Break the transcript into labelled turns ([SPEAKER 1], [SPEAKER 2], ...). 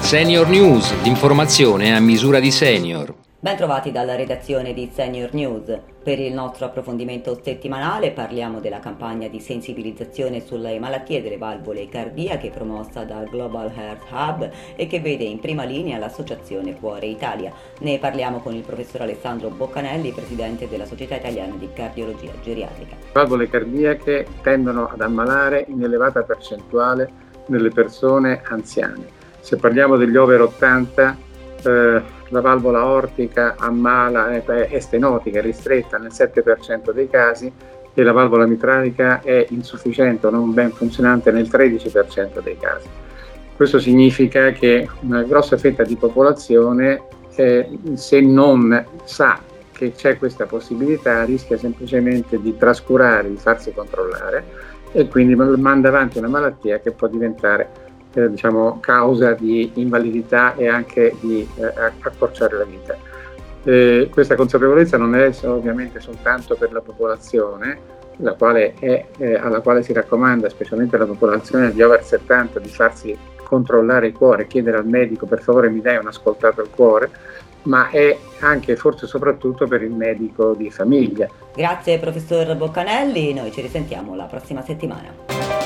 [SPEAKER 1] Senior News, l'informazione a misura di senior.
[SPEAKER 2] Ben trovati dalla redazione di Senior News. Per il nostro approfondimento settimanale parliamo della campagna di sensibilizzazione sulle malattie delle valvole cardiache promossa dal Global Heart Hub e che vede in prima linea l'Associazione Cuore Italia. Ne parliamo con il professor Alessandro Boccanelli, presidente della Società Italiana di Cardiologia Geriatrica.
[SPEAKER 3] Le valvole cardiache tendono ad ammalare in elevata percentuale nelle persone anziane. Se parliamo degli over 80, la valvola aortica ammala, è stenotica, è ristretta nel 7% dei casi e la valvola mitralica è insufficiente o non ben funzionante nel 13% dei casi. Questo significa che una grossa fetta di popolazione, se non sa che c'è questa possibilità, rischia semplicemente di trascurare, di farsi controllare e quindi manda avanti una malattia che può diventare causa di invalidità e anche di accorciare la vita. Questa consapevolezza non è ovviamente soltanto per la popolazione, alla quale si raccomanda, specialmente la popolazione di over 70, di farsi controllare il cuore, chiedere al medico per favore mi dai un'ascoltata al cuore, ma è anche forse soprattutto per il medico di famiglia.
[SPEAKER 2] Grazie professor Boccanelli, noi ci risentiamo la prossima settimana.